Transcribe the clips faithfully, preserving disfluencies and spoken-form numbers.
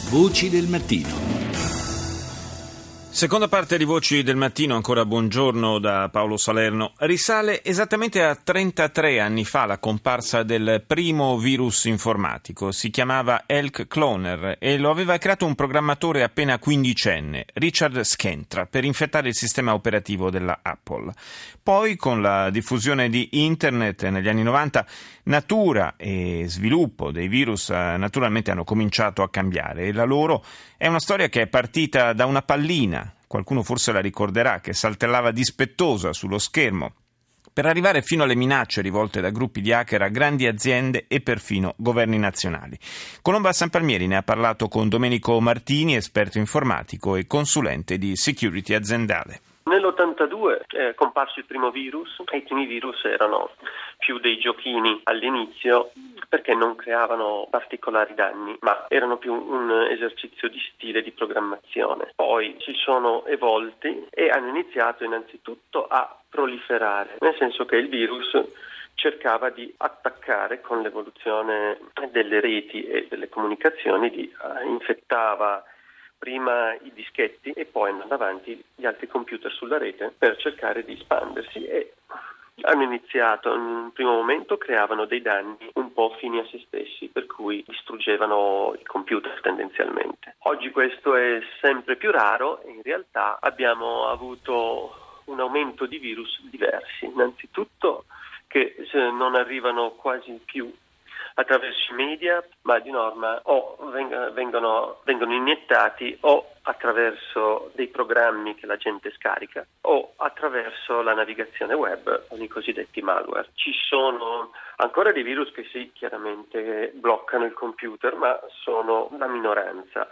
Voci del mattino. Seconda parte di Voci del Mattino, ancora buongiorno da Paolo Salerno. Risale esattamente a trentatré anni fa la comparsa del primo virus informatico. Si chiamava Elk Cloner e lo aveva creato un programmatore appena quindicenne, Richard Skentra, per infettare il sistema operativo della Apple. Poi, con la diffusione di Internet negli anni novanta, natura e sviluppo dei virus naturalmente hanno cominciato a cambiare e la loro è una storia che è partita da una pallina, qualcuno forse la ricorderà, che saltellava dispettosa sullo schermo, per arrivare fino alle minacce rivolte da gruppi di hacker a grandi aziende e perfino governi nazionali. Colomba Sanpalmieri ne ha parlato con Domenico Martini, esperto informatico e consulente di security aziendale. Nell'ottantadue è comparso il primo virus e i primi virus erano più dei giochini all'inizio perché non creavano particolari danni, ma erano più un esercizio di stile di programmazione. Poi si sono evolti e hanno iniziato innanzitutto a proliferare, nel senso che il virus cercava di attaccare con l'evoluzione delle reti e delle comunicazioni, di, uh, infettava prima i dischetti e poi andando avanti gli altri computer sulla rete per cercare di espandersi, e hanno iniziato in un primo momento, creavano dei danni un po' fini a se stessi, per cui distruggevano i computer tendenzialmente. Oggi questo è sempre più raro e in realtà abbiamo avuto un aumento di virus diversi. Innanzitutto che non arrivano quasi più attraverso i media, ma di norma o vengono, vengono iniettati o attraverso dei programmi che la gente scarica o attraverso la navigazione web con i cosiddetti malware. Ci sono ancora dei virus che sì, chiaramente bloccano il computer, ma sono la minoranza.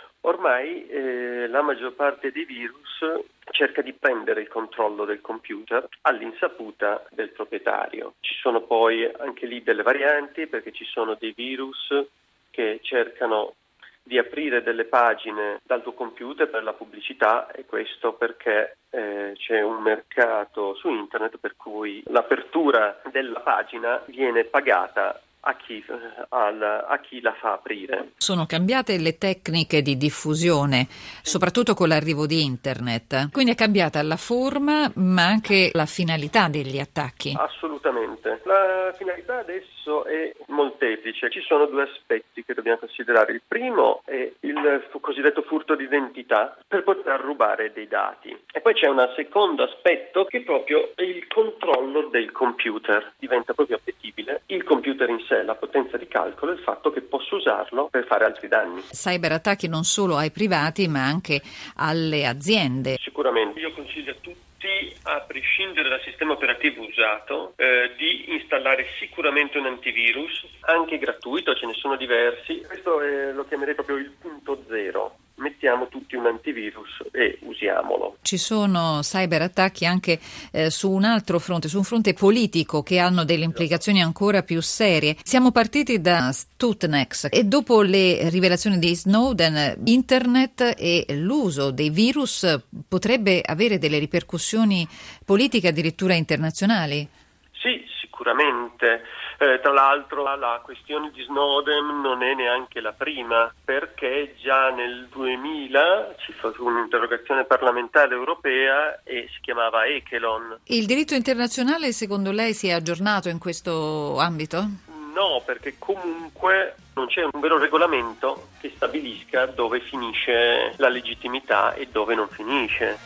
Ormai eh, la maggior parte dei virus cerca di prendere il controllo del computer all'insaputa del proprietario. Ci sono poi anche lì delle varianti, perché ci sono dei virus che cercano di aprire delle pagine dal tuo computer per la pubblicità, e questo perché eh, c'è un mercato su internet per cui l'apertura della pagina viene pagata a chi, al, a chi la fa aprire. Sono cambiate le tecniche di diffusione, soprattutto con l'arrivo di internet, quindi è cambiata la forma ma anche la finalità degli attacchi. Assolutamente. La finalità adesso è molteplice. Ci sono due aspetti che dobbiamo considerare. Il primo è il cosiddetto furto di identità per poter rubare dei dati, e poi c'è un secondo aspetto che è proprio il controllo del computer. Diventa proprio appetibile il computer in sé, la potenza di calcolo e il fatto che posso usarlo per fare altri danni. Cyberattacchi non solo ai privati ma anche alle aziende. Sicuramente. Io consiglio a tutti, a prescindere dal sistema operativo usato, eh, di installare sicuramente un antivirus, anche gratuito, ce ne sono diversi. Questo eh, lo chiamerei proprio il punto zero. Mettiamo tutti un antivirus e usiamolo. Ci sono cyberattacchi anche eh, su un altro fronte, su un fronte politico, che hanno delle implicazioni ancora più serie. Siamo partiti da Stuxnet e dopo le rivelazioni di Snowden, internet e l'uso dei virus potrebbe avere delle ripercussioni politiche addirittura internazionali. Sì, sicuramente. Eh, tra l'altro la questione di Snowden non è neanche la prima, perché già nel duemila ci fu un'interrogazione parlamentare europea e si chiamava Echelon. Il diritto internazionale secondo lei si è aggiornato in questo ambito? No, perché comunque non c'è un vero regolamento che stabilisca dove finisce la legittimità e dove non finisce.